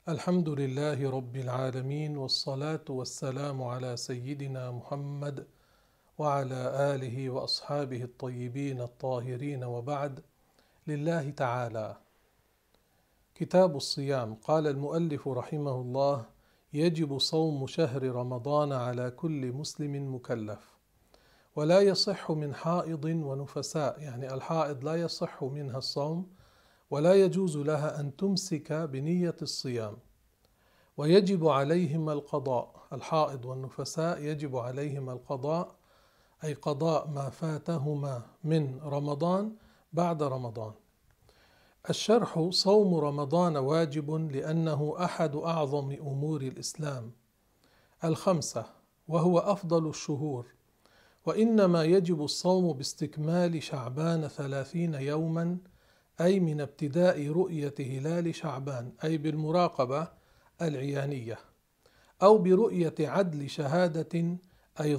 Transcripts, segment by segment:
الحمد لله رب العالمين، والصلاة والسلام على سيدنا محمد وعلى آله وأصحابه الطيبين الطاهرين، وبعد. لله تعالى. كتاب الصيام. قال المؤلف رحمه الله: يجب صوم شهر رمضان على كل مسلم مكلف، ولا يصح من حائض ونفساء، يعني الحائض لا يصح منها الصوم ولا يجوز لها أن تمسك بنية الصيام، ويجب عليهما القضاء. الحائض والنفساء يجب عليهما القضاء، أي قضاء ما فاتهما من رمضان بعد رمضان. الشرح: صوم رمضان واجب لأنه أحد أعظم أمور الإسلام الخمسة، وهو أفضل الشهور، وإنما يجب الصوم باستكمال شعبان 30 يوما، أي من ابتداء رؤية هلال شعبان، أي بالمراقبة العيانية، أو برؤية عدل شهادة، أي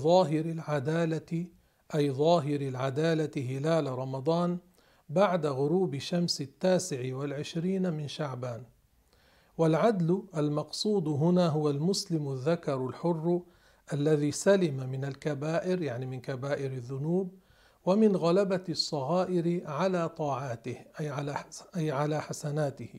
ظاهر العدالة هلال رمضان بعد غروب شمس 29 من شعبان. والعدل المقصود هنا هو المسلم الذكر الحر الذي سلم من الكبائر، يعني من كبائر الذنوب، ومن غلبة الصغائر على طاعاته، أي على حسناته،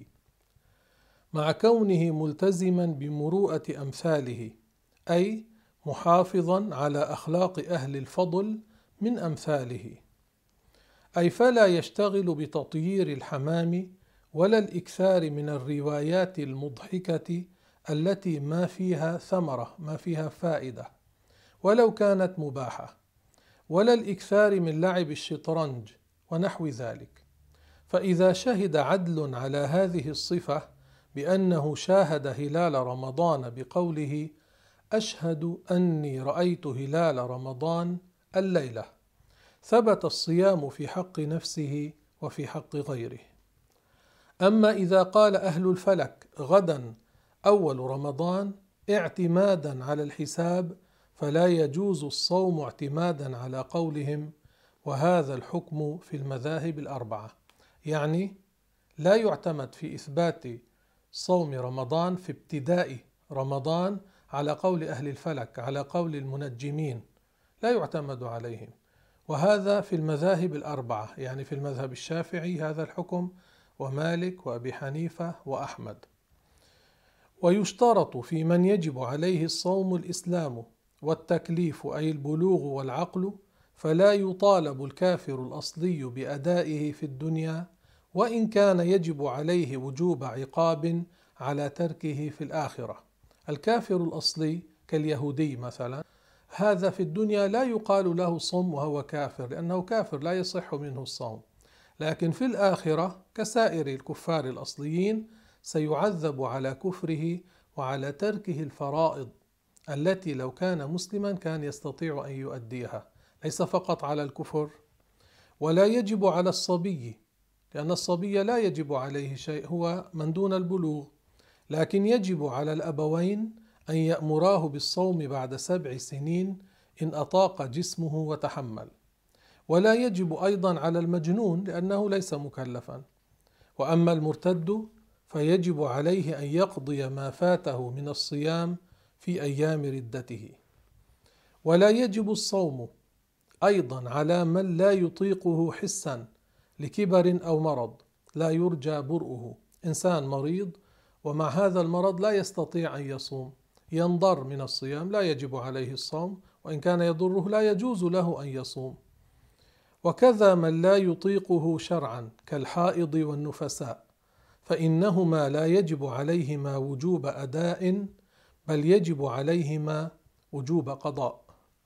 مع كونه ملتزما بمروءة أمثاله، أي محافظا على أخلاق أهل الفضل من أمثاله، أي فلا يشتغل بتطيير الحمام ولا الإكثار من الروايات المضحكة التي ما فيها ثمرة، ما فيها فائدة ولو كانت مباحة، ولا الإكثار من لعب الشطرنج ونحو ذلك. فإذا شهد عدل على هذه الصفة بأنه شاهد هلال رمضان بقوله: أشهد أني رأيت هلال رمضان الليلة، ثبت الصيام في حق نفسه وفي حق غيره. أما إذا قال أهل الفلك: غدا أول رمضان، اعتمادا على الحساب، فلا يجوز الصوم اعتمادا على قولهم، وهذا الحكم في المذاهب الأربعة. يعني لا يعتمد في إثبات صوم رمضان في ابتداء رمضان على قول أهل الفلك، على قول المنجمين، لا يعتمد عليهم. وهذا في المذاهب الأربعة، يعني في المذهب الشافعي هذا الحكم، ومالك وأبي حنيفة وأحمد. ويشترط في من يجب عليه الصوم الإسلام والتكليف، أي البلوغ والعقل، فلا يطالب الكافر الأصلي بأدائه في الدنيا، وإن كان يجب عليه وجوب عقاب على تركه في الآخرة. الكافر الأصلي كاليهودي مثلا، هذا في الدنيا لا يقال له صم وهو كافر، لأنه كافر لا يصح منه الصوم، لكن في الآخرة كسائر الكفار الأصليين سيعذب على كفره وعلى تركه الفرائض التي لو كان مسلما كان يستطيع أن يؤديها، ليس فقط على الكفر. ولا يجب على الصبي، لأن الصبي لا يجب عليه شيء، هو من دون البلوغ، لكن يجب على الأبوين أن يأمراه بالصوم بعد 7 سنين إن أطاق جسمه وتحمل. ولا يجب أيضا على المجنون لأنه ليس مكلفا. وأما المرتد فيجب عليه أن يقضي ما فاته من الصيام في أيام ردته. ولا يجب الصوم أيضا على من لا يطيقه حسا لكبر أو مرض لا يرجى برؤه، إنسان مريض ومع هذا المرض لا يستطيع أن يصوم، ينضر من الصيام، لا يجب عليه الصوم، وإن كان يضره لا يجوز له أن يصوم. وكذا من لا يطيقه شرعا كالحائض والنفساء، فإنهما لا يجب عليهما وجوب أداء، بل يجب عليهما وجوب قضاء.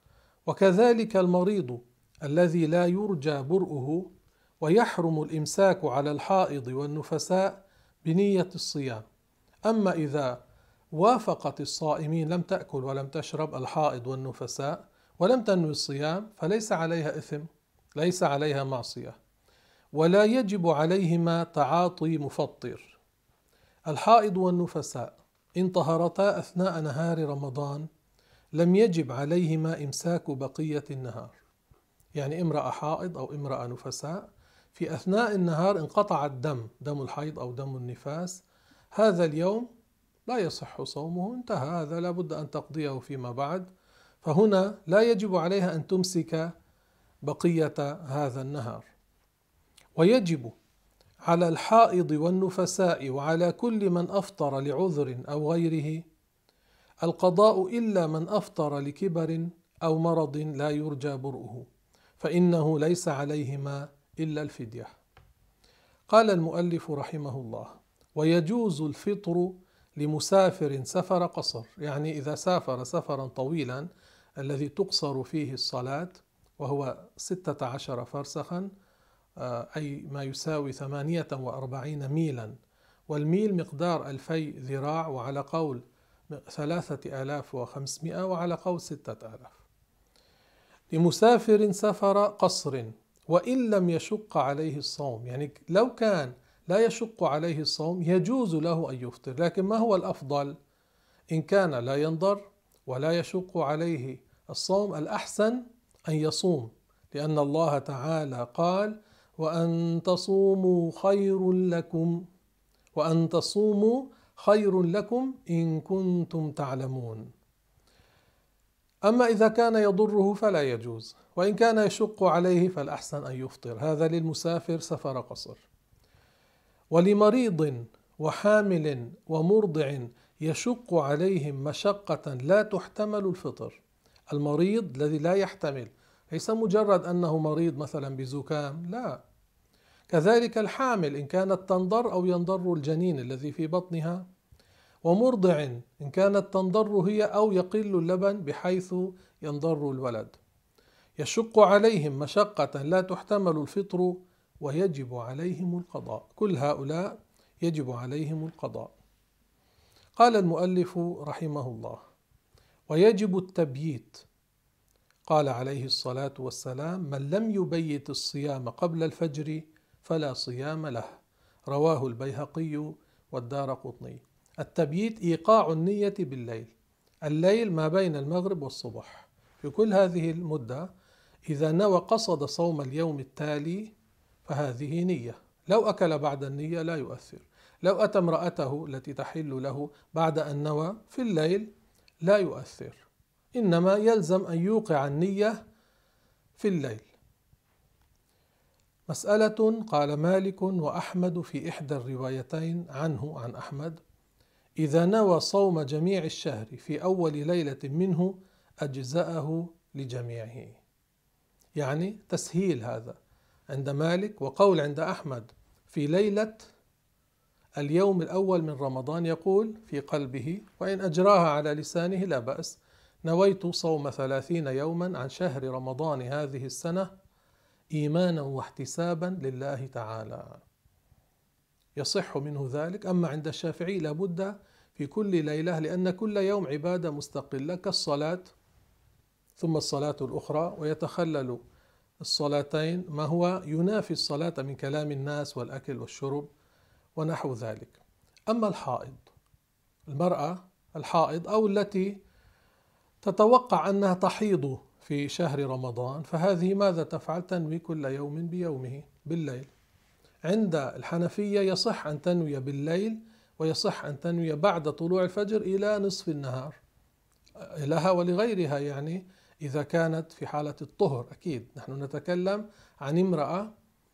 وكذلك المريض الذي لا يرجى برؤه، ويحرم الإمساك على الحائض والنفساء بنية الصيام. أما إذا وافقت الصائمين، لم تأكل ولم تشرب الحائض والنفساء ولم تنوي الصيام، فليس عليها إثم، ليس عليها معصية. ولا يجب عليهما تعاطي مفطر. الحائض والنفساء إن طهرتا أثناء نهار رمضان لم يجب عليهما إمساك بقية النهار، يعني امرأة حائض أو امرأة نفساء في أثناء النهار انقطع الدم، دم الحيض أو دم النفاس، هذا اليوم لا يصح صومه، انتهى، هذا لا بد أن تقضيه فيما بعد. فهنا لا يجب عليها أن تمسك بقية هذا النهار. ويجب على الحائض والنفساء وعلى كل من أفطر لعذر أو غيره القضاء إلا من أفطر لكبر أو مرض لا يرجى برؤه، فإنه ليس عليهما إلا الفدية. قال المؤلف رحمه الله: ويجوز الفطر لمسافر سفر قصر، يعني إذا سافر سفرا طويلا الذي تقصر فيه الصلاة، وهو 16 فرسخا، أي ما يساوي 48 ميلا، والميل مقدار 2000 ذراع، وعلى قول 3500 وعلى قول 6000. لمسافر سفر قصر وإن لم يشق عليه الصوم، يعني لو كان لا يشق عليه الصوم يجوز له أن يفطر، لكن ما هو الأفضل؟ إن كان لا ينضر ولا يشق عليه الصوم الأحسن أن يصوم، لأن الله تعالى قال: وأن تصوموا خير لكم، وأن تصوموا خير لكم إن كنتم تعلمون. أما إذا كان يضره فلا يجوز، وإن كان يشق عليه فالأحسن أن يفطر. هذا للمسافر سفر قصر. ولمريض وحامل ومرضع يشق عليهم مشقة لا تحتمل الفطر. المريض الذي لا يحتمل، ليس مجرد أنه مريض مثلا بزكام، لا، كذلك الحامل إن كانت تنضر أو ينضر الجنين الذي في بطنها، ومرضع إن كانت تنضر هي أو يقل اللبن بحيث ينضر الولد. يشق عليهم مشقة لا تحتمل الفطر ويجب عليهم القضاء. كل هؤلاء يجب عليهم القضاء. قال المؤلف رحمه الله: ويجب التبييت. قال عليه الصلاة والسلام: من لم يبيت الصيام قبل الفجر فلا صيام له. رواه البيهقي والدارقطني. التبييت إيقاع النية بالليل، الليل ما بين المغرب والصبح، في كل هذه المدة إذا نوى قصد صوم اليوم التالي فهذه نية. لو أكل بعد النية لا يؤثر، لو أتى امرأته التي تحل له بعد أن نوى في الليل لا يؤثر، إنما يلزم أن يوقع النية في الليل. مسألة. قال مالك وأحمد في إحدى الروايتين عنه عن أحمد: إذا نوى صوم جميع الشهر في أول ليلة منه أجزأه لجميعه، يعني تسهيل هذا عند مالك، وقول عند أحمد في ليلة اليوم الأول من رمضان يقول في قلبه، وإن أجراها على لسانه لا بأس: نويت صوم 30 يوما عن شهر رمضان هذه السنة إيمانا واحتسابا لله تعالى، يصح منه ذلك. أما عند الشافعي لابد في كل ليلة، لأن كل يوم عبادة مستقلة كالصلاة ثم الصلاة الأخرى، ويتخلل الصلاتين ما هو ينافي الصلاة من كلام الناس والأكل والشرب ونحو ذلك. أما الحائض، المرأة الحائض أو التي تتوقع أنها تحيض في شهر رمضان، فهذه ماذا تفعل؟ تنوي كل يوم بيومه بالليل. عند الحنفية يصح أن تنوي بالليل، ويصح أن تنوي بعد طلوع الفجر إلى نصف النهار، لها ولغيرها، يعني إذا كانت في حالة الطهر. أكيد نحن نتكلم عن امرأة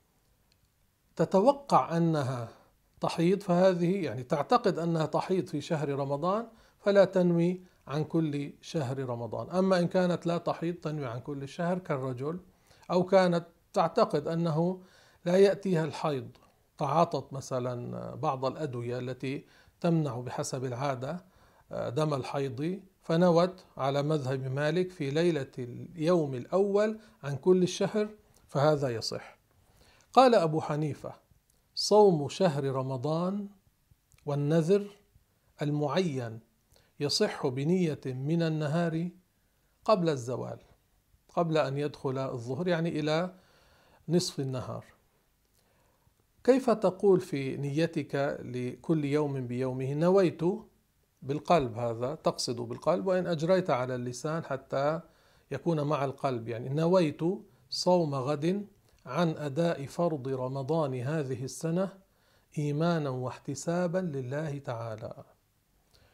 تتوقع أنها تحيض، فهذه يعني تعتقد أنها تحيض في شهر رمضان فلا تنوي عن كل شهر رمضان. أما إن كانت لا تحيض تنوي عن كل شهر كالرجل، أو كانت تعتقد أنه لا يأتيها الحيض، تعاطت مثلا بعض الأدوية التي تمنع بحسب العادة دم الحيض، فنوت على مذهب مالك في ليلة اليوم الأول عن كل الشهر، فهذا يصح. قال أبو حنيفة: صوم شهر رمضان والنذر المعين يصح بنية من النهار قبل الزوال، قبل أن يدخل الظهر، يعني إلى نصف النهار. كيف تقول في نيتك لكل يوم بيومه؟ نويت بالقلب، هذا تقصد بالقلب، وإن أجريت على اللسان حتى يكون مع القلب، يعني نويت صوم غد عن أداء فرض رمضان هذه السنة إيمانا واحتسابا لله تعالى.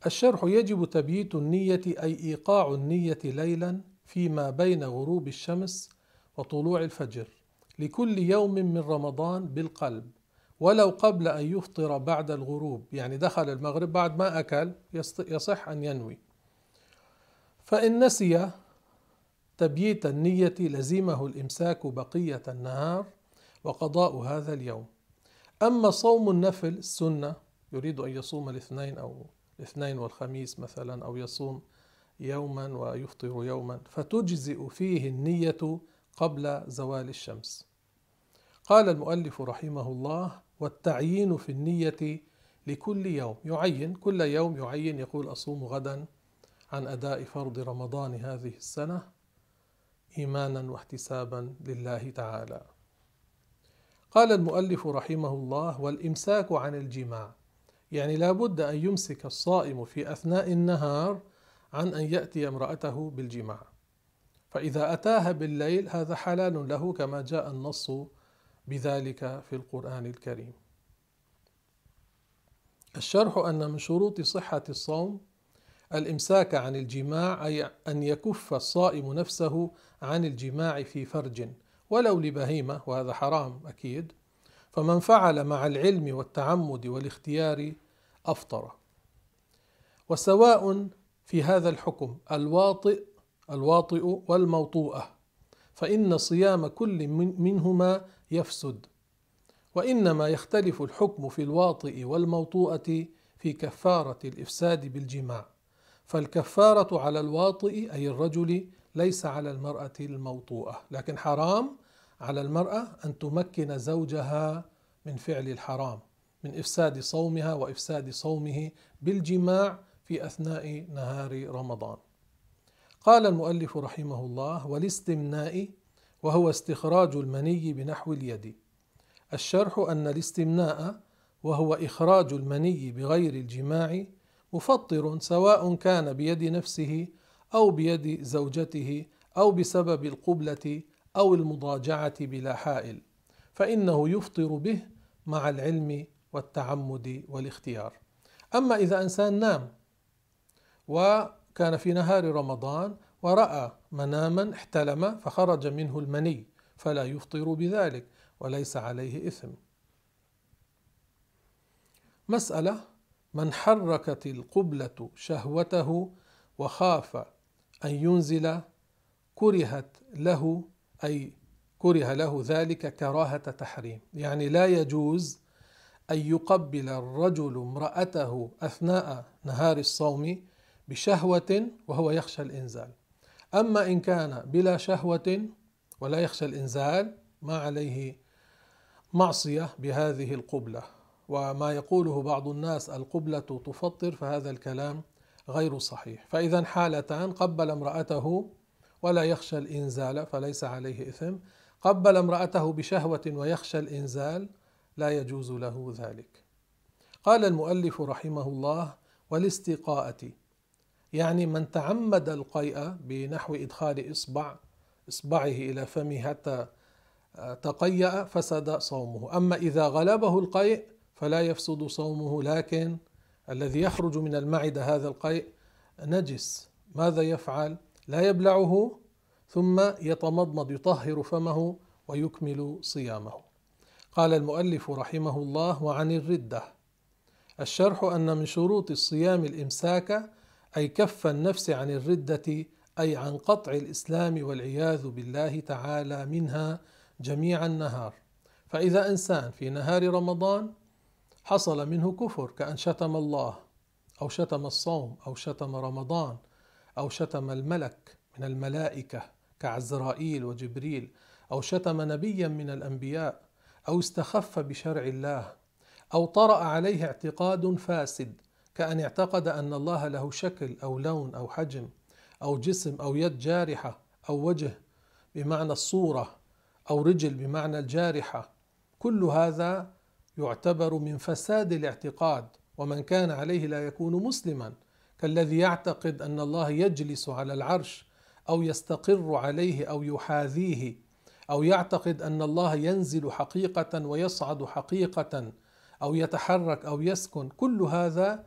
الشرح: يجب تبييت النية أي إيقاع النية ليلا فيما بين غروب الشمس وطلوع الفجر لكل يوم من رمضان بالقلب، ولو قبل أن يفطر بعد الغروب، يعني دخل المغرب بعد ما أكل يصح أن ينوي. فإن نسي تبييت النية لزمه الإمساك بقية النهار وقضاء هذا اليوم. أما صوم النفل السنة، يريد أن يصوم الاثنين أو الاثنين والخميس مثلا، أو يصوم يوما ويفطر يوما، فتجزئ فيه النية قبل زوال الشمس. قال المؤلف رحمه الله: والتعيين في النية لكل يوم، يعين كل يوم، يعين يقول أصوم غدا عن أداء فرض رمضان هذه السنة إيمانا واحتسابا لله تعالى. قال المؤلف رحمه الله: والإمساك عن الجماع، يعني لا بد أن يمسك الصائم في أثناء النهار عن أن يأتي امرأته بالجماع، فإذا أتاها بالليل هذا حلال له كما جاء النص بذلك في القرآن الكريم. الشرح: أن من شروط صحة الصوم الإمساك عن الجماع، أي أن يكف الصائم نفسه عن الجماع في فرج ولو لبهيمة، وهذا حرام أكيد، فمن فعل مع العلم والتعمد والاختيار أفطر. وسواء في هذا الحكم الواطئ والموطوءة، فإن صيام كل منهما يفسد، وإنما يختلف الحكم في الواطئ والموطوءة في كفارة الإفساد بالجماع، فالكفارة على الواطئ أي الرجل ليس على المرأة الموطوءة، لكن حرام على المرأة أن تمكن زوجها من فعل الحرام، من إفساد صومها وإفساد صومه بالجماع في أثناء نهار رمضان. قال المؤلف رحمه الله: والاستمناء، وهو استخراج المني بنحو اليد. الشرح: أن الاستمناء وهو إخراج المني بغير الجماع مفطر، سواء كان بيد نفسه أو بيد زوجته أو بسبب القبلة أو المضاجعة بلا حائل، فإنه يفطر به مع العلم والتعمد والاختيار. أما إذا إنسان نام وكان في نهار رمضان ورأى مناما احتلم فخرج منه المني، فلا يفطر بذلك وليس عليه إثم. مسألة: من حركت القبلة شهوته وخاف أن ينزل كرهت له، أي كره له ذلك كراهة تحريم، يعني لا يجوز أن يقبل الرجل امرأته أثناء نهار الصوم بشهوة وهو يخشى الإنزال. أما إن كان بلا شهوة ولا يخشى الإنزال ما عليه معصية بهذه القبلة. وما يقوله بعض الناس القبلة تفطر، فهذا الكلام غير صحيح. فإذا حالتان: قبل امرأته ولا يخشى الإنزال فليس عليه إثم، قبل امرأته بشهوة ويخشى الإنزال لا يجوز له ذلك. قال المؤلف رحمه الله: والاستقاءة، يعني من تعمد القيء بنحو إدخال إصبعه إلى فمه حتى تقيأ فسد صومه. أما إذا غلبه القيء فلا يفسد صومه، لكن الذي يخرج من المعدة هذا القيء نجس، ماذا يفعل؟ لا يبلعه ثم يتمضمض يطهر فمه ويكمل صيامه. قال المؤلف رحمه الله: وعن الردة. الشرح: أن من شروط الصيام الإمساك، أي كف النفس عن الردة، أي عن قطع الإسلام والعياذ بالله تعالى منها جميع النهار. فإذا إنسان في نهار رمضان حصل منه كفر، كأن شتم الله أو شتم الصوم أو شتم رمضان أو شتم الملك من الملائكة كعزرائيل وجبريل، أو شتم نبيا من الأنبياء، أو استخف بشرع الله، أو طرأ عليه اعتقاد فاسد كأن اعتقد أن الله له شكل أو لون أو حجم أو جسم أو يد جارحة أو وجه بمعنى الصورة أو رجل بمعنى الجارحة، كل هذا يعتبر من فساد الاعتقاد. ومن كان عليه لا يكون مسلما، كالذي يعتقد أن الله يجلس على العرش أو يستقر عليه أو يحاذيه، أو يعتقد أن الله ينزل حقيقة ويصعد حقيقة أو يتحرك أو يسكن، كل هذا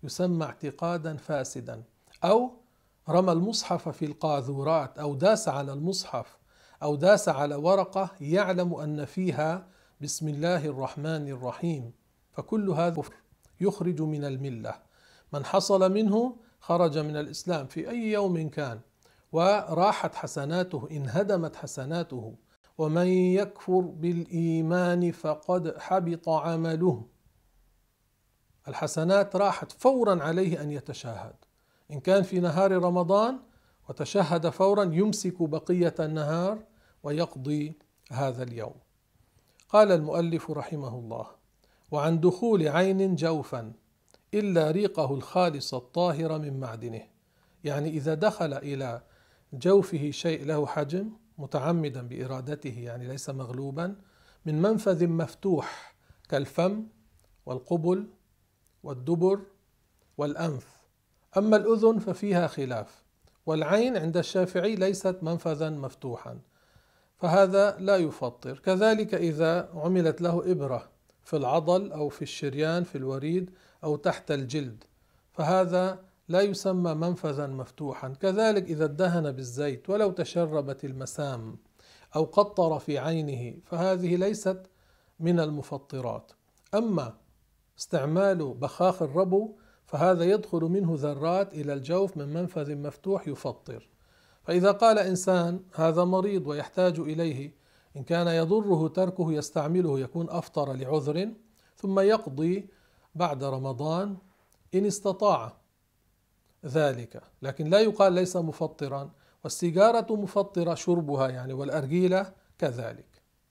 يسمى اعتقادا فاسدا، أو رمى المصحف في القاذورات، أو داس على المصحف، أو داس على ورقة يعلم أن فيها بسم الله الرحمن الرحيم، فكل هذا كفر يخرج من الملة. من حصل منه خرج من الإسلام في أي يوم كان، وراحت حسناته، انهدمت حسناته. ومن يكفر بالإيمان فقد حبط عمله. الحسنات راحت، فورا عليه أن يتشهد. إن كان في نهار رمضان وتشهد فورا، يمسك بقية النهار ويقضي هذا اليوم. قال المؤلف رحمه الله: وعن دخول عين جوفا إلا ريقه الخالص الطاهر من معدنه. يعني إذا دخل إلى جوفه شيء له حجم متعمدا بإرادته، يعني ليس مغلوبا، من منفذ مفتوح كالفم والقبل والدبر والأنف. أما الأذن ففيها خلاف، والعين عند الشافعي ليست منفذا مفتوحا، فهذا لا يفطر. كذلك إذا عملت له إبرة في العضل أو في الشريان في الوريد أو تحت الجلد، فهذا لا يسمى منفذا مفتوحا. كذلك إذا ادهن بالزيت ولو تشربت المسام أو قطر في عينه، فهذه ليست من المفطرات. أما استعمال بخاخ الربو فهذا يدخل منه ذرات إلى الجوف من منفذ مفتوح يفطر. فإذا قال إنسان هذا مريض ويحتاج إليه، إن كان يضره تركه يستعمله يكون أفطر لعذر، ثم يقضي بعد رمضان إن استطاع ذلك، لكن لا يقال ليس مفطرا. والسيجارة مفطرة شربها يعني، والأرجيلة كذلك.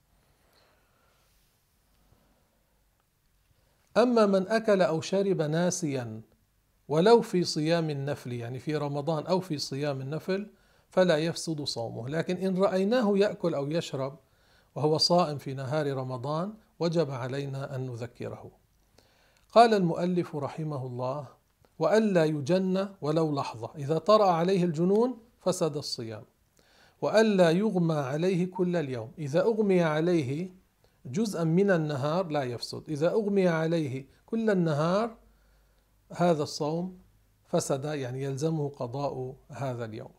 أما من أكل أو شرب ناسيا ولو في صيام النفل، يعني في رمضان أو في صيام النفل، فلا يفسد صومه. لكن إن رأيناه يأكل أو يشرب وهو صائم في نهار رمضان وجب علينا أن نذكره. قال المؤلف رحمه الله: وألا يجن ولو لحظة. إذا طرأ عليه الجنون فسد الصيام. وألا يغمى عليه كل اليوم. إذا أغمي عليه جزءا من النهار لا يفسد. إذا أغمي عليه كل النهار هذا الصوم فسد، يعني يلزمه قضاء هذا اليوم.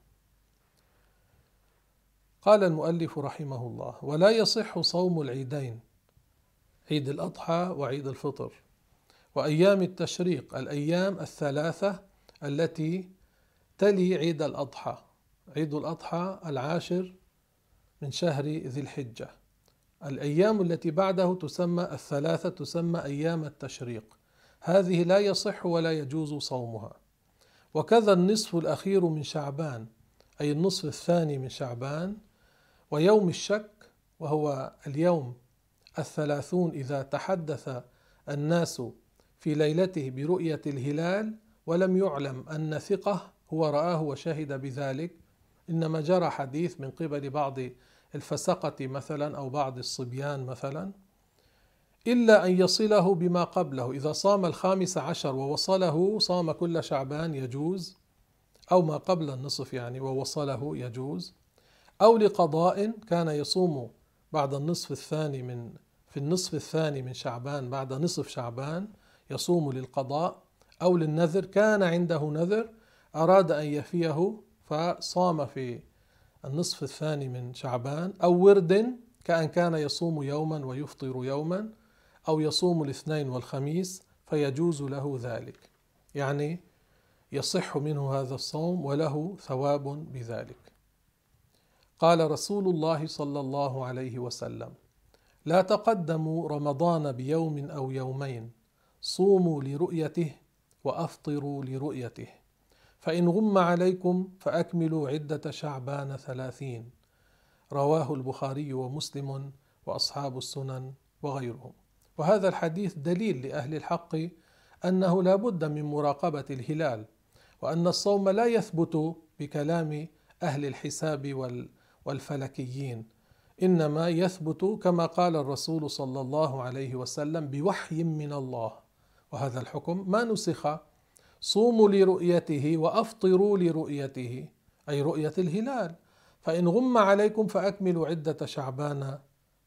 قال المؤلف رحمه الله: ولا يصح صوم العيدين، عيد الأضحى وعيد الفطر، وأيام التشريق، الأيام الثلاثة التي تلي عيد الأضحى. عيد الأضحى 10 من شهر ذي الحجة. الأيام التي بعده تسمى الثلاثة، تسمى أيام التشريق. هذه لا يصح ولا يجوز صومها. وكذا النصف الأخير من شعبان، أي النصف الثاني من شعبان، ويوم الشك وهو اليوم 30 إذا تحدث الناس في ليلته برؤية الهلال ولم يعلم أن ثقة هو رآه وشهد بذلك، إنما جرى حديث من قبل بعض الفسقة مثلا أو بعض الصبيان مثلا، إلا أن يصله بما قبله. إذا صام 15 ووصله صام كل شعبان يجوز، أو ما قبل النصف يعني ووصله يجوز، أو لقضاء كان يصوم بعد النصف الثاني في النصف الثاني من شعبان، بعد نصف شعبان يصوم للقضاء، أو للنذر، كان عنده نذر أراد أن يفيه فصام في النصف الثاني من شعبان، أو ورد كأن كان يصوم يوما ويفطر يوما، أو يصوم الاثنين والخميس فيجوز له ذلك، يعني يصح منه هذا الصوم وله ثواب بذلك. قال رسول الله صلى الله عليه وسلم: لا تقدموا رمضان بيوم أو يومين، صوموا لرؤيته وأفطروا لرؤيته، فإن غم عليكم فأكملوا عدة شعبان 30. رواه البخاري ومسلم وأصحاب السنن وغيرهم. وهذا الحديث دليل لأهل الحق أنه لا بد من مراقبة الهلال، وأن الصوم لا يثبت بكلام أهل الحساب والفلكيين، إنما يثبت كما قال الرسول صلى الله عليه وسلم بوحي من الله، وهذا الحكم ما نسخ. صوموا لرؤيته وأفطروا لرؤيته، أي رؤية الهلال، فإن غم عليكم فأكملوا عدة شعبان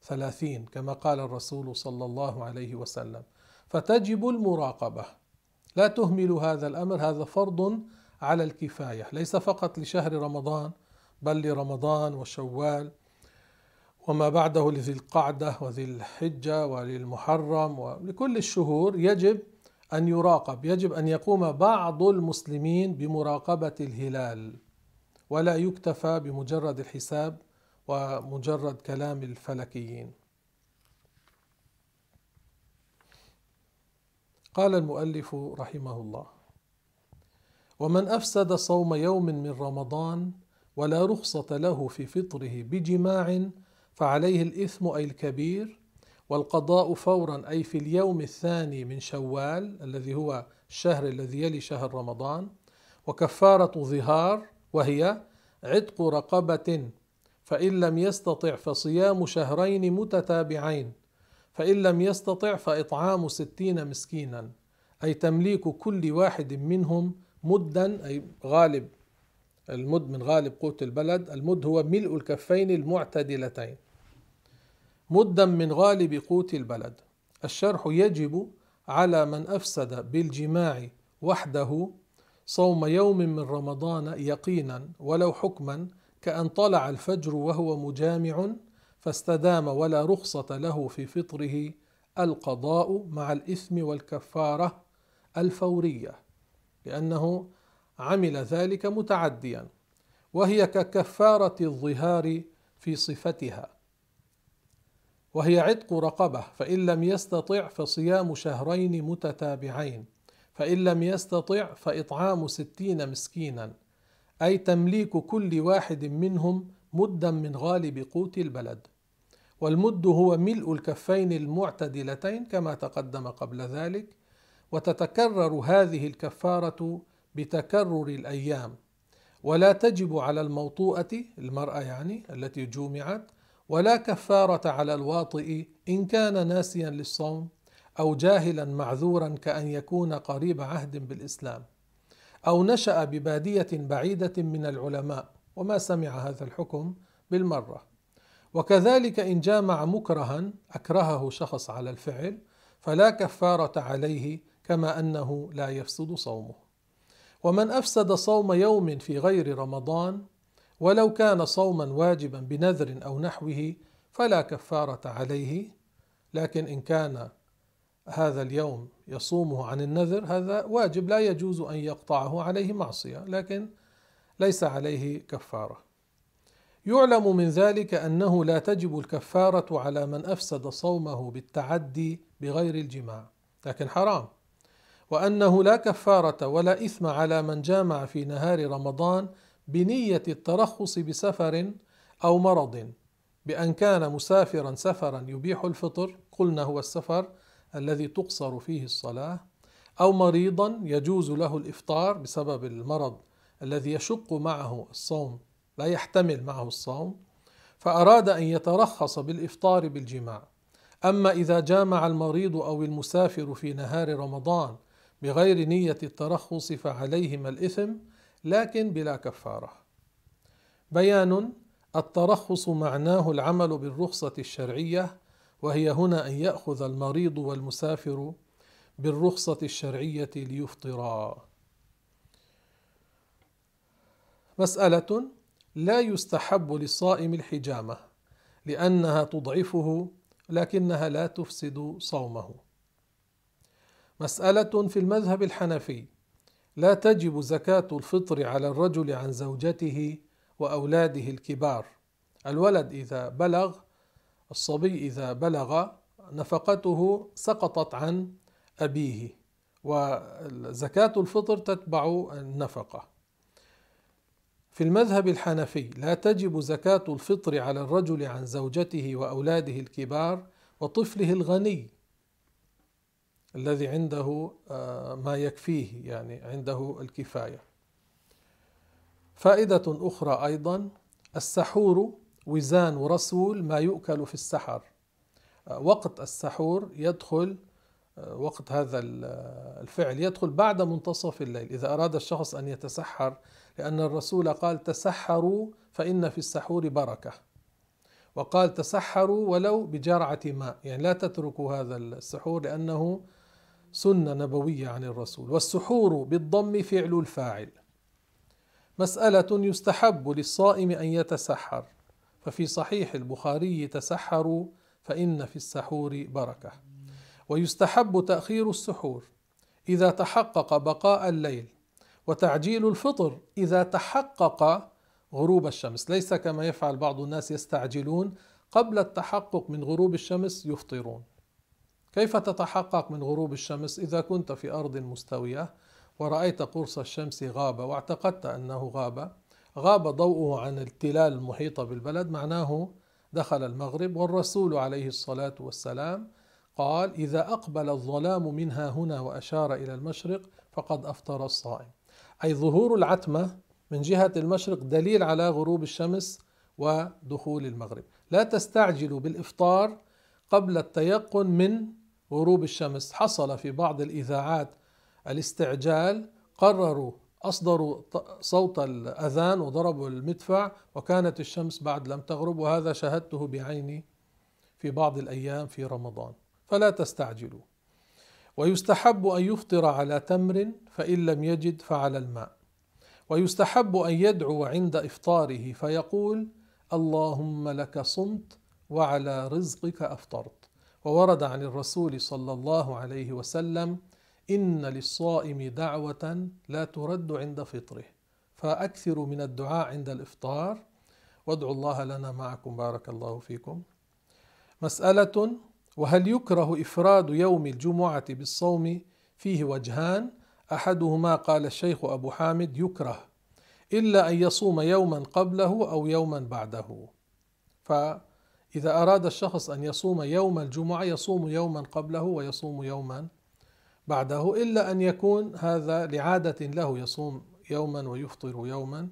30 كما قال الرسول صلى الله عليه وسلم. فتجب المراقبة. لا تهملوا هذا الأمر، هذا فرض على الكفاية، ليس فقط لشهر رمضان بل لرمضان وشوال وما بعده لذي القعدة وذي الحجة وللمحرم ولكل الشهور يجب أن يراقب، يجب أن يقوم بعض المسلمين بمراقبة الهلال، ولا يكتفى بمجرد الحساب ومجرد كلام الفلكيين. قال المؤلف رحمه الله: ومن أفسد صوم يوم من رمضان ولا رخصة له في فطره بجماع فعليه الإثم أي الكبير، والقضاء فورا أي في اليوم الثاني من شوال الذي هو الشهر الذي يلي شهر رمضان، وكفارة ظهار وهي عتق رقبة، فإن لم يستطع فصيام شهرين متتابعين، فإن لم يستطع فإطعام 60 مسكينا، أي تمليك كل واحد منهم مدا، أي غالب المد من غالب قوت البلد، المد هو ملء الكفين المعتدلتين، مدا من غالب قوت البلد. الشرح: يجب على من أفسد بالجماع وحده صوم يوم من رمضان يقينا ولو حكما، كأن طلع الفجر وهو مجامع فاستدام ولا رخصة له في فطره، القضاء مع الإثم والكفارة الفورية، لأنه عمل ذلك متعديا، وهي ككفارة الظهار في صفتها، وهي عتق رقبة، فإن لم يستطع فصيام شهرين متتابعين، فإن لم يستطع فإطعام 60 مسكينا، أي تمليك كل واحد منهم مدا من غالب قوت البلد، والمد هو ملء الكفين المعتدلتين كما تقدم قبل ذلك. وتتكرر هذه الكفارة بتكرر الأيام، ولا تجب على الموطوءة المرأة يعني التي جومعت، ولا كفارة على الواطئ إن كان ناسيا للصوم أو جاهلا معذورا كأن يكون قريب عهد بالإسلام أو نشأ ببادية بعيدة من العلماء وما سمع هذا الحكم بالمرة. وكذلك إن جامع مكرها أكرهه شخص على الفعل فلا كفارة عليه، كما أنه لا يفسد صومه. ومن أفسد صوم يوم في غير رمضان ولو كان صوما واجبا بنذر أو نحوه فلا كفارة عليه، لكن إن كان هذا اليوم يصومه عن النذر هذا واجب لا يجوز أن يقطعه، عليه معصية لكن ليس عليه كفارة. يعلم من ذلك أنه لا تجب الكفارة على من أفسد صومه بالتعدي بغير الجماع، لكن حرام، وأنه لا كفارة ولا إثم على من جامع في نهار رمضان بنية الترخص بسفر أو مرض، بأن كان مسافرا سفرا يبيح الفطر، قلنا هو السفر الذي تقصر فيه الصلاة، أو مريضا يجوز له الإفطار بسبب المرض الذي يشق معه الصوم لا يحتمل معه الصوم، فأراد أن يترخص بالإفطار بالجماع. أما إذا جامع المريض أو المسافر في نهار رمضان بغير نية الترخص فعليهما الإثم لكن بلا كفارة. بيان: الترخص معناه العمل بالرخصة الشرعية، وهي هنا أن يأخذ المريض والمسافر بالرخصة الشرعية ليفطرا. مسألة: لا يستحب للصائم الحجامة لأنها تضعفه لكنها لا تفسد صومه. مسألة: في المذهب الحنفي لا تجب زكاة الفطر على الرجل عن زوجته وأولاده الكبار، الولد إذا بلغ، الصبي إذا بلغ نفقته سقطت عن أبيه، وزكاة الفطر تتبع النفقة. في المذهب الحنفي لا تجب زكاة الفطر على الرجل عن زوجته وأولاده الكبار وطفله الغني الذي عنده ما يكفيه، يعني عنده الكفاية. فائدة أخرى أيضا: السحور وزان ورسول ما يؤكل في السحر، وقت السحور يدخل، وقت هذا الفعل يدخل بعد منتصف الليل إذا أراد الشخص أن يتسحر، لأن الرسول قال: تسحروا فإن في السحور بركة، وقال: تسحروا ولو بجرعة ماء، يعني لا تتركوا هذا السحور لأنه سنة نبوية عن الرسول. والسحور بالضم فعل الفاعل. مسألة: يستحب للصائم أن يتسحر، ففي صحيح البخاري: تسحروا فإن في السحور بركة. ويستحب تأخير السحور إذا تحقق بقاء الليل، وتعجيل الفطر إذا تحقق غروب الشمس، ليس كما يفعل بعض الناس يستعجلون قبل التحقق من غروب الشمس يفطرون. كيف تتحقق من غروب الشمس؟ إذا كنت في أرض مستوية ورأيت قرص الشمس غاب واعتقدت أنه غاب ضوءه عن التلال المحيطة بالبلد، معناه دخل المغرب. والرسول عليه الصلاة والسلام قال: إذا أقبل الظلام منها هنا وأشار إلى المشرق فقد أفطر الصائم. أي ظهور العتمة من جهة المشرق دليل على غروب الشمس ودخول المغرب. لا تستعجلوا بالإفطار قبل التيقن من غروب الشمس. حصل في بعض الإذاعات الاستعجال، أصدروا صوت الأذان وضربوا المدفع وكانت الشمس بعد لم تغرب، وهذا شاهدته بعيني في بعض الأيام في رمضان. فلا تستعجلوا. ويستحب أن يفطر على تمر، فإن لم يجد فعلى الماء. ويستحب أن يدعو عند إفطاره فيقول: اللهم لك صمت وعلى رزقك أفطرت. وورد عن الرسول صلى الله عليه وسلم: إن للصائم دعوة لا ترد عند فطره، فأكثروا من الدعاء عند الإفطار، وادعوا الله لنا معكم بارك الله فيكم. مسألة: وهل يكره إفراد يوم الجمعة بالصوم؟ فيه وجهان، أحدهما قال الشيخ أبو حامد: يكره إلا أن يصوم يوما قبله أو يوما بعده. فإذا أراد الشخص أن يصوم يوم الجمعة يصوم يوما قبله ويصوم يوما بعده، إلا أن يكون هذا لعادة له، يصوم يوما ويفطر يوما،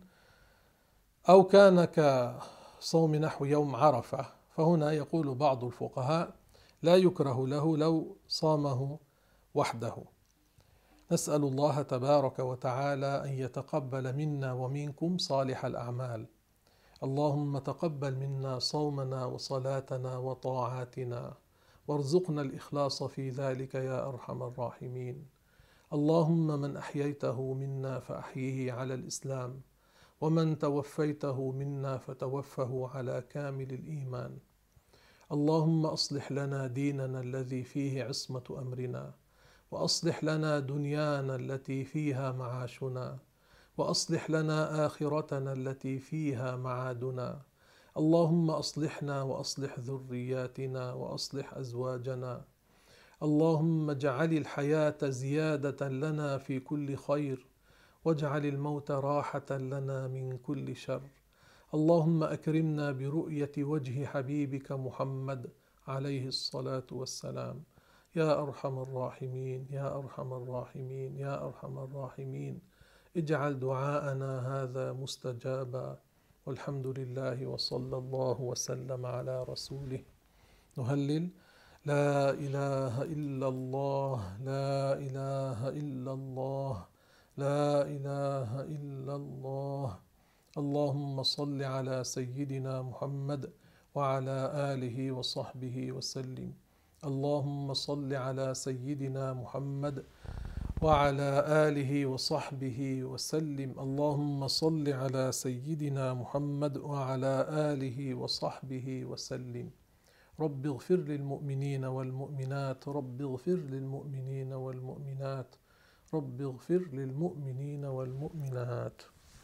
أو كان كصوم نحو يوم عرفة، فهنا يقول بعض الفقهاء لا يكره له لو صامه وحده. نسأل الله تبارك وتعالى أن يتقبل منا ومنكم صالح الأعمال. اللهم تقبل منا صومنا وصلاتنا وطاعاتنا، وارزقنا الإخلاص في ذلك يا أرحم الراحمين. اللهم من أحييته منا فأحيه على الإسلام، ومن توفيته منا فتوفه على كامل الإيمان. اللهم أصلح لنا ديننا الذي فيه عصمة أمرنا، وأصلح لنا دنيانا التي فيها معاشنا، وأصلح لنا آخرتنا التي فيها معادنا. اللهم أصلحنا وأصلح ذرياتنا وأصلح أزواجنا. اللهم اجعل الحياة زيادة لنا في كل خير، واجعل الموت راحة لنا من كل شر. اللهم أكرمنا برؤية وجه حبيبك محمد عليه الصلاة والسلام. يا أرحم الراحمين يا أرحم الراحمين يا أرحم الراحمين، اجعل دعاءنا هذا مستجابا. والحمد لله وصلى الله وسلم على رسوله. نهلل: لا إله إلا الله لا إله إلا الله لا إله إلا الله. اللهم صل على سيدنا محمد وعلى آله وصحبه وسلم. اللهم صل على سيدنا محمد وعلى آله وصحبه وسلم. اللهم صل على سيدنا محمد وعلى آله وصحبه وسلم. رب اغفر للمؤمنين والمؤمنات رب اغفر للمؤمنين والمؤمنات رب اغفر للمؤمنين والمؤمنات.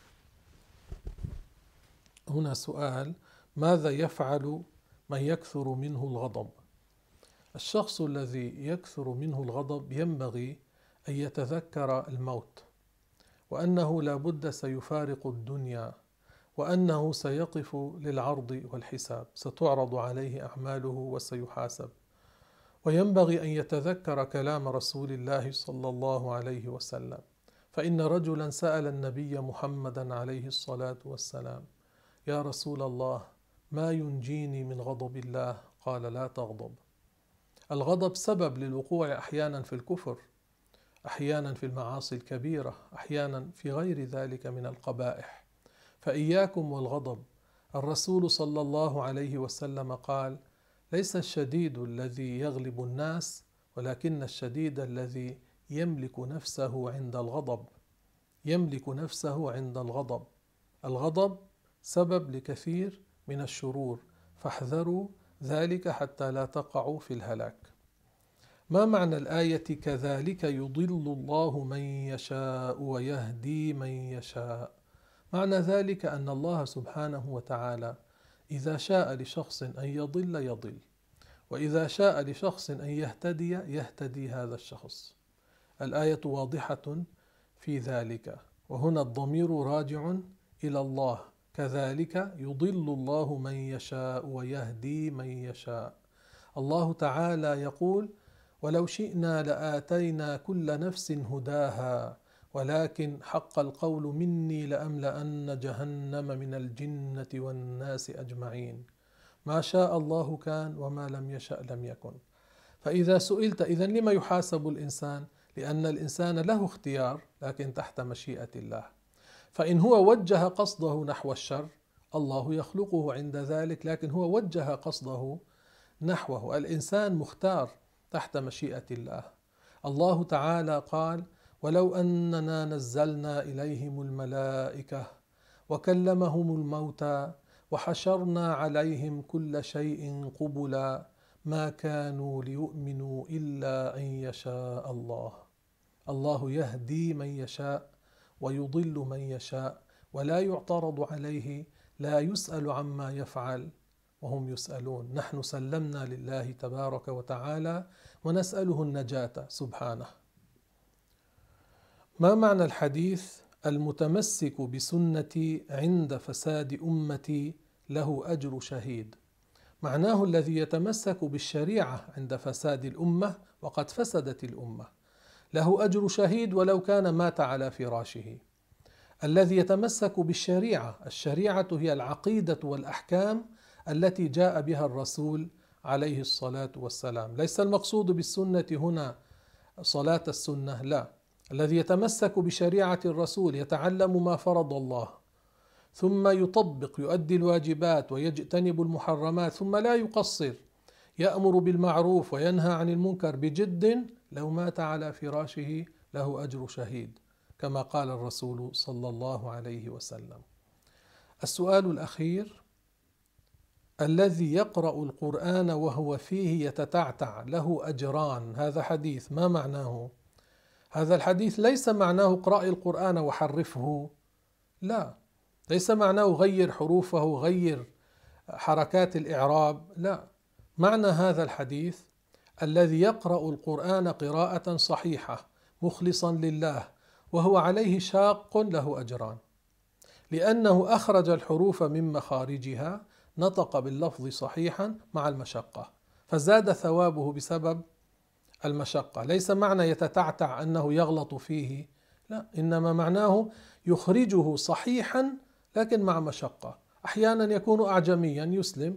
هنا سؤال: ماذا يفعل من يكثر منه الغضب؟ الشخص الذي يكثر منه الغضب ينبغي أن يتذكر الموت، وأنه لا بد سيفارق الدنيا، وأنه سيقف للعرض والحساب، ستعرض عليه أعماله وسيحاسب. وينبغي أن يتذكر كلام رسول الله صلى الله عليه وسلم، فإن رجلا سأل النبي محمدا عليه الصلاة والسلام: يا رسول الله، ما ينجيني من غضب الله؟ قال: لا تغضب. الغضب سبب للوقوع أحيانا في الكفر، أحيانا في المعاصي الكبيرة، أحيانا في غير ذلك من القبائح، فإياكم والغضب. الرسول صلى الله عليه وسلم قال: ليس الشديد الذي يغلب الناس، ولكن الشديد الذي يملك نفسه عند الغضب. يملك نفسه عند الغضب. الغضب سبب لكثير من الشرور، فاحذروا ذلك حتى لا تقعوا في الهلاك. ما معنى الآية كذلك يضل الله من يشاء ويهدي من يشاء؟ معنى ذلك أن الله سبحانه وتعالى إذا شاء لشخص أن يضل يضل، وإذا شاء لشخص أن يهتدي يهتدي هذا الشخص. الآية واضحة في ذلك، وهنا الضمير راجع إلى الله. كذلك يضل الله من يشاء ويهدي من يشاء. الله تعالى يقول: ولو شئنا لآتينا كل نفس هداها ولكن حق القول مني لأملأن جهنم من الجنة والناس أجمعين. ما شاء الله كان وما لم يشأ لم يكن. فإذا سئلت إذن لما يحاسب الإنسان؟ لأن الإنسان له اختيار لكن تحت مشيئة الله. فإن هو وجه قصده نحو الشر الله يخلقه عند ذلك، لكن هو وجه قصده نحوه. الإنسان مختار تحت مشيئة الله. الله تعالى قال: ولو أننا نزلنا إليهم الملائكة وكلمهم الموتى وحشرنا عليهم كل شيء قبلا ما كانوا ليؤمنوا إلا أن يشاء الله. الله يهدي من يشاء ويضل من يشاء ولا يعترض عليه، لا يسأل عما يفعل وهم يسألون. نحن سلمنا لله تبارك وتعالى ونسأله النجاة سبحانه. ما معنى الحديث: المتمسك بسنتي عند فساد أمتي له أجر شهيد؟ معناه الذي يتمسك بالشريعة عند فساد الأمة وقد فسدت الأمة له أجر شهيد ولو كان مات على فراشه. الذي يتمسك بالشريعة، الشريعة هي العقيدة والأحكام التي جاء بها الرسول عليه الصلاة والسلام. ليس المقصود بالسنة هنا صلاة السنة، لا. الذي يتمسك بشريعة الرسول يتعلم ما فرض الله ثم يطبق، يؤدي الواجبات ويجتنب المحرمات، ثم لا يقصر، يأمر بالمعروف وينهى عن المنكر بجد، لو مات على فراشه له أجر شهيد كما قال الرسول صلى الله عليه وسلم. السؤال الأخير: الذي يقرأ القرآن وهو فيه يتتعتع له أجران، هذا حديث، ما معناه؟ هذا الحديث ليس معناه اقرأ القرآن وحرفه، لا. ليس معناه غير حروفه، غير حركات الإعراب، لا. معنى هذا الحديث: الذي يقرأ القرآن قراءة صحيحة مخلصا لله وهو عليه شاق له أجران، لأنه أخرج الحروف من مخارجها، نطق باللفظ صحيحا مع المشقة، فزاد ثوابه بسبب المشقة. ليس معنى يتتعتع أنه يغلط فيه، لا، إنما معناه يخرجه صحيحا لكن مع مشقة. أحيانا يكون أعجميا يسلم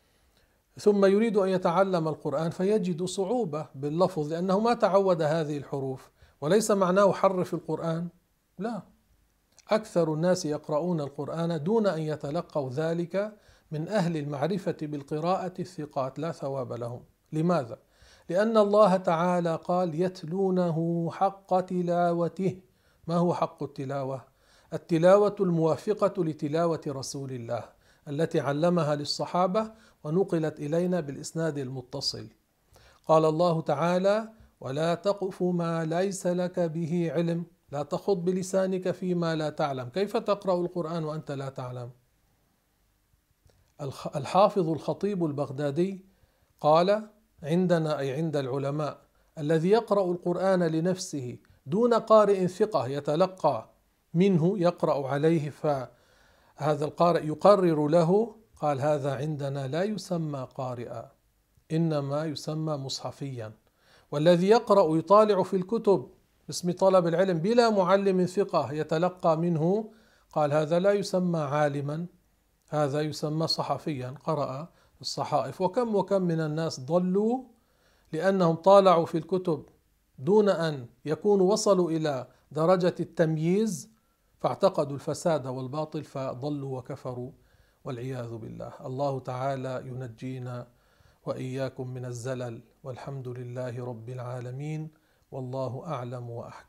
ثم يريد أن يتعلم القرآن فيجد صعوبة باللفظ لأنه ما تعود هذه الحروف. وليس معناه حرف القرآن، لا. أكثر الناس يقرؤون القرآن دون أن يتلقوا ذلك من أهل المعرفة بالقراءة الثقات، لا ثواب لهم. لماذا؟ لأن الله تعالى قال: يتلونه حق تلاوته. ما هو حق التلاوة؟ التلاوة الموافقة لتلاوة رسول الله التي علمها للصحابة ونقلت إلينا بالإسناد المتصل. قال الله تعالى: ولا تقف ما ليس لك به علم، لا تخض بلسانك فيما لا تعلم. كيف تقرأ القرآن وأنت لا تعلم؟ الحافظ الخطيب البغدادي قال عندنا، أي عند العلماء: الذي يقرأ القرآن لنفسه دون قارئ ثقة يتلقى منه يقرأ عليه فهذا القارئ يقرر له، قال هذا عندنا لا يسمى قارئا، إنما يسمى مصحفيا. والذي يقرأ يطالع في الكتب باسم طلب العلم بلا معلم ثقة يتلقى منه، قال هذا لا يسمى عالما، هذا يسمى صحفيا، قرأ الصحائف. وكم من الناس ضلوا لأنهم طالعوا في الكتب دون أن يكونوا وصلوا إلى درجة التمييز، فاعتقدوا الفساد والباطل فضلوا وكفروا والعياذ بالله. الله تعالى ينجينا وإياكم من الزلل، والحمد لله رب العالمين، والله أعلم وأحكم.